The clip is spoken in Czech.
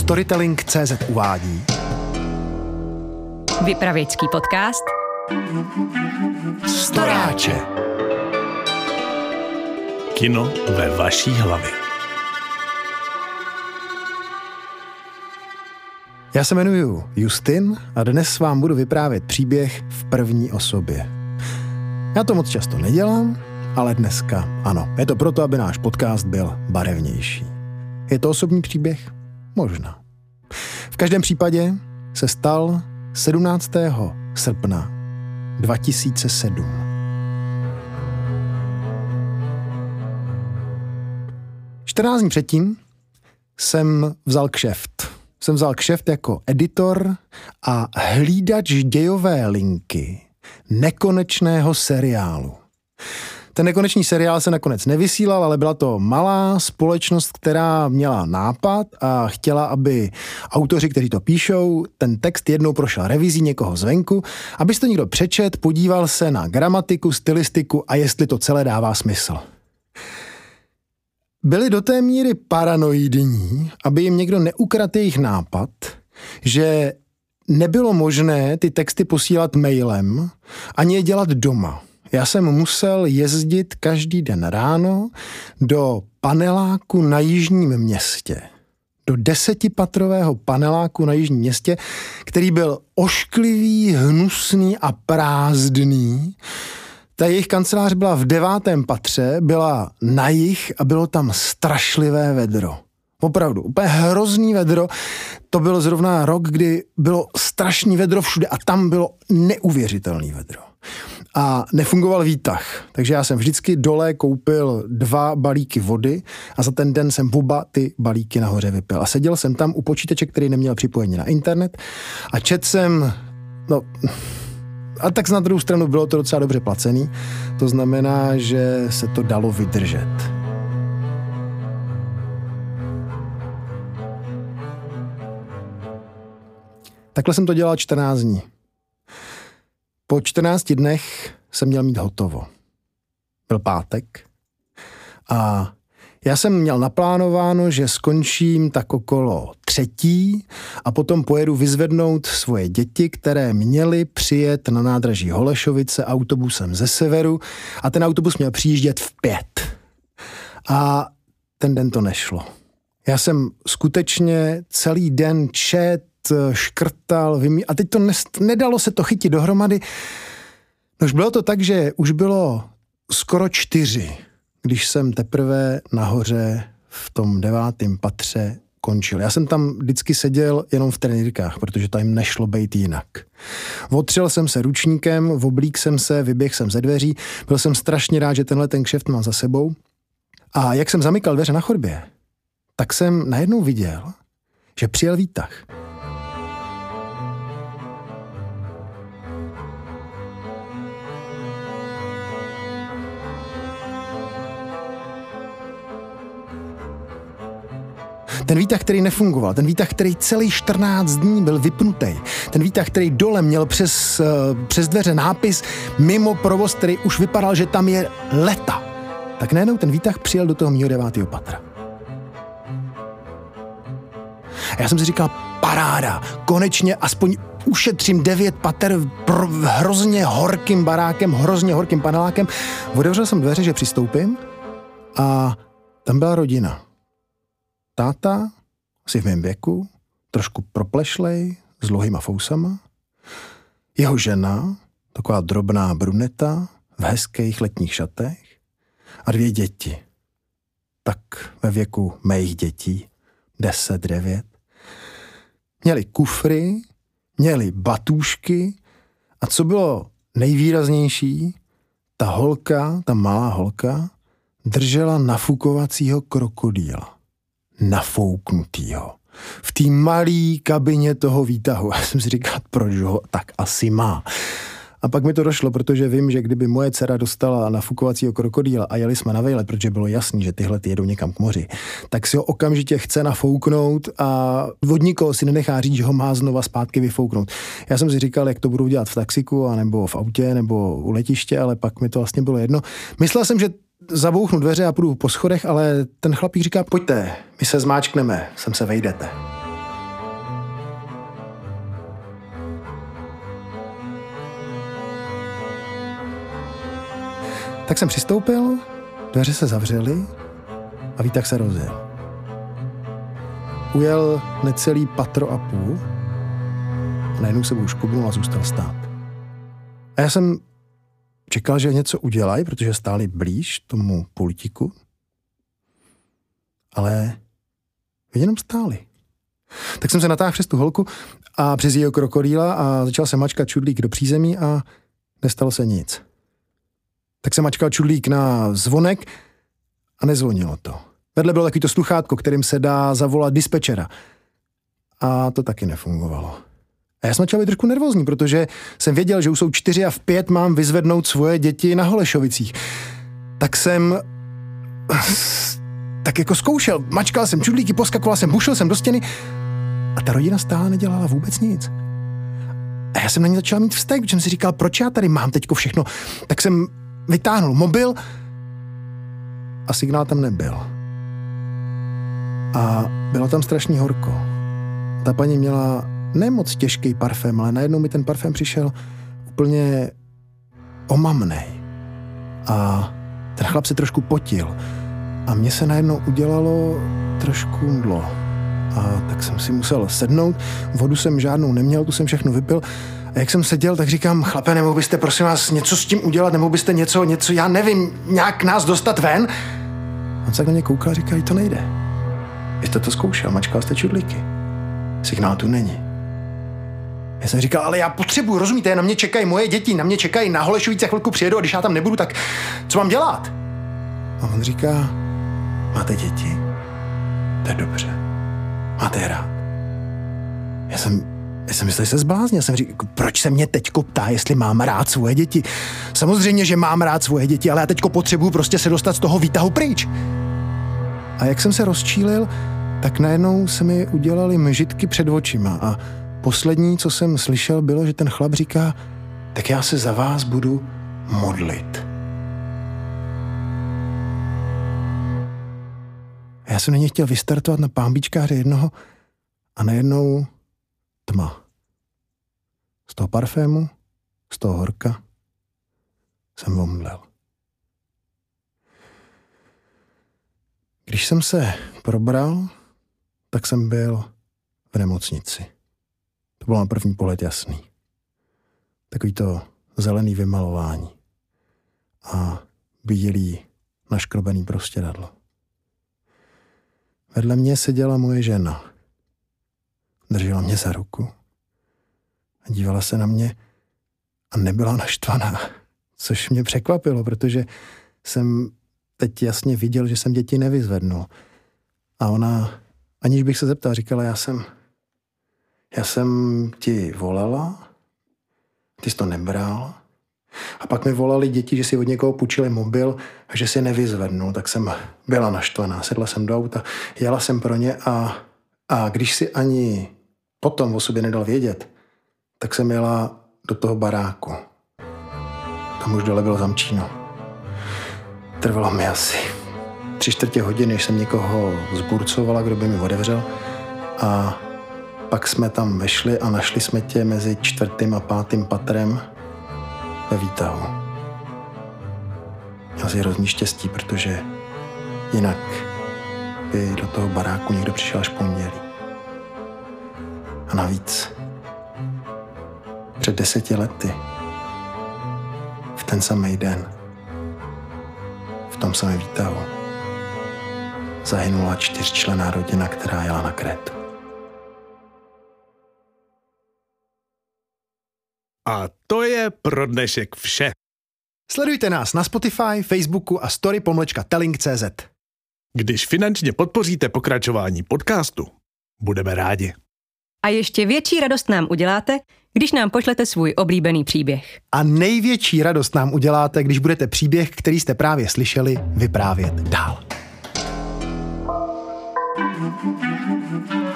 Storytelling.cz uvádí Vypravěčský podcast Storáče. Kino ve vaší hlavě. Já se jmenuji Justin a dnes vám budu vyprávět příběh v první osobě. Já to moc často nedělám, ale dneska ano. Je to proto, aby náš podcast byl barevnější. Je to osobní příběh? Možná. V každém případě se stal 17. srpna 2007. Čtrnáct dní předtím jsem vzal kšeft jako editor a hlídač dějové linky nekonečného seriálu. Ten nekonečný seriál se nakonec nevysílal, ale byla to malá společnost, která měla nápad a chtěla, aby autoři, kteří to píšou, ten text jednou prošel revizí někoho zvenku, aby si to někdo přečet, podíval se na gramatiku, stylistiku a jestli to celé dává smysl. Byli do té míry paranoidní, aby jim někdo neukradl jejich nápad, že nebylo možné ty texty posílat mailem ani je dělat doma. Já jsem musel jezdit každý den ráno do paneláku na Jižním Městě. Do 10patrového paneláku na Jižním Městě, který byl ošklivý, hnusný a prázdný. Ta jejich kancelář byla v 9. patře, byla na jih a bylo tam strašlivé vedro. Opravdu, úplně hrozný vedro. To byl zrovna rok, kdy bylo strašný vedro všude a tam bylo neuvěřitelný vedro. A nefungoval výtah, takže já jsem vždycky dole koupil 2 balíky vody a za ten den jsem oba ty balíky nahoře vypil. A seděl jsem tam u počítače, který neměl připojení na internet a četl jsem, a tak na druhou stranu bylo to docela dobře placený, to znamená, že se to dalo vydržet. Takhle jsem to dělal 14 dní. Po 14 dnech jsem měl mít hotovo. Byl pátek a já jsem měl naplánováno, že skončím tak okolo 3. a potom pojedu vyzvednout svoje děti, které měly přijet na nádraží Holešovice autobusem ze severu a ten autobus měl přijíždět v 5. A ten den to nešlo. Já jsem skutečně celý den škrtal, a teď to nedalo se to chytit dohromady. Nož bylo to tak, že už bylo skoro 4, když jsem teprve nahoře v tom 9. patře končil. Já jsem tam vždycky seděl jenom v trenýrkách, protože tam nešlo bejt jinak. Otřel jsem se ručníkem, oblík jsem se, vyběhl jsem ze dveří, byl jsem strašně rád, že tenhle ten kšeft mám za sebou. A jak jsem zamykal dveře na chodbě, tak jsem najednou viděl, že přijel výtah. Ten výtah, který nefungoval, ten výtah, který celý 14 dní byl vypnutý, ten výtah, který dole měl přes dveře nápis mimo provoz, který už vypadal, že tam je leta, tak najednou ten výtah přijel do toho mýho 9. patra. A já jsem si říkal, paráda, konečně aspoň ušetřím 9 pater hrozně horkým barákem, hrozně horkým panelákem. Otevřel jsem dveře, že přistoupím a tam byla rodina. Táta, asi v mém věku, trošku proplešlej, s dlouhýma fousama. Jeho žena, taková drobná bruneta, v hezkých letních šatech. A 2 děti. Tak ve věku mých dětí, 10, 9. Měli kufry, měli batůžky a co bylo nejvýraznější, ta malá holka, držela nafukovacího krokodýla. Nafouknutýho. V té malé kabině toho výtahu. Já jsem si říkal, proč ho tak asi má. A pak mi to došlo, protože vím, že kdyby moje dcera dostala nafukovacího krokodýla a jeli jsme na vejlet, protože bylo jasný, že tyhle jedou někam k moři, tak si ho okamžitě chce nafouknout a od nikoho si nenechá říct, že ho má znova zpátky vyfouknout. Já jsem si říkal, jak to budou dělat v taxiku, anebo v autě, nebo u letiště, ale pak mi to vlastně bylo jedno. Myslel jsem, že zabouchnu dveře a půjdu po schodech, ale ten chlapík říká, pojďte, my se zmáčkneme, sem se vejdete. Tak jsem přistoupil, dveře se zavřely a výtah se rozjel. Ujel necelý patro a půl a najednou se škubnul a zůstal stát. A já jsem čekal, že něco udělají, protože stáli blíž tomu pultíku, ale jenom stáli. Tak jsem se natáhl přes tu holku a přes jejího krokodýla a začal jsem mačkat čudlík do přízemí a nestalo se nic. Tak jsem mačkal čudlík na zvonek a nezvonilo to. Vedle bylo takový to sluchátko, kterým se dá zavolat dispečera. A to taky nefungovalo. A já jsem začal být trošku nervózní, protože jsem věděl, že už jsou 4 a v 5 mám vyzvednout svoje děti na Holešovicích. Tak jsem tak jako zkoušel, mačkal jsem čudlíky, poskakoval jsem, bušil jsem do stěny a ta rodina stále nedělala vůbec nic. A já jsem na ně začal mít vztek, protože jsem si říkal, proč já tady mám teďko všechno. Tak jsem vytáhnul mobil a signál tam nebyl. A bylo tam strašný horko. Ta paní měla nemoc těžký parfém, ale najednou mi ten parfém přišel úplně omamnej. A ten chlap se trošku potil. A mně se najednou udělalo trošku mdlo. A tak jsem si musel sednout. Vodu jsem žádnou neměl, tu jsem všechno vypil. A jak jsem seděl, tak říkám, chlape, nemohl byste prosím vás něco s tím udělat, nemohl byste něco, já nevím, nějak nás dostat ven? On se na mě koukal a říkal, to nejde. Vy jste to zkoušel, mačkal jste čudlíky. Signál tu není. Já jsem říkal, ale já potřebuji, rozumíte, na mě čekají moje děti, na mě čekají na Holešovice, chvilku přijedu a když já tam nebudu, tak co mám dělat? A on říká, máte děti? To je dobře. Máte je rád. Já jsem myslel, že se zbláznil. Já jsem říkal, proč se mě teďko ptá, jestli mám rád svoje děti? Samozřejmě, že mám rád svoje děti, ale já teďko potřebuju prostě se dostat z toho výtahu pryč. A jak jsem se rozčílil, tak najednou se mi udělaly mžitky před očima a poslední, co jsem slyšel, bylo, že ten chlap říká, tak já se za vás budu modlit. A já jsem na něj chtěl vystartovat na pánbíčkáře jednoho a najednou tma. Z toho parfému, z toho horka jsem omdlel. Když jsem se probral, tak jsem byl v nemocnici. To bylo na první pohled jasný. Takový to zelený vymalování a bílý naškrobený prostěradlo. Vedle mě seděla moje žena. Držela mě za ruku a dívala se na mě a nebyla naštvaná, což mě překvapilo, protože jsem teď jasně viděl, že jsem děti nevyzvednul. A ona, aniž bych se zeptal, říkala, já jsem ti volala, ty jsi to nebral. A pak mi volali děti, že si od někoho půjčili mobil a že si nevyzvednul, tak jsem byla naštvaná. Sedla jsem do auta, jela jsem pro ně a když si ani potom o sobě nedal vědět, tak jsem jela do toho baráku. Tam už dole bylo zamčíno. Trvalo mi asi 3/4 hodiny, než jsem někoho zburcovala, kdo by mi otevřel. A pak jsme tam vešli a našli jsme tě mezi 4. a 5. patrem ve výtahu. Měl jsi hrozný štěstí, protože jinak by do toho baráku někdo přišel až pondělí. A navíc před 10 lety v ten samý den v tom samém výtahu zahynula 4členná rodina, která jela na Krétu. A to je pro dnešek vše. Sledujte nás na Spotify, Facebooku a story.telling.cz. Když finančně podpoříte pokračování podcastu, budeme rádi. A ještě větší radost nám uděláte, když nám pošlete svůj oblíbený příběh. A největší radost nám uděláte, když budete příběh, který jste právě slyšeli, vyprávět dál.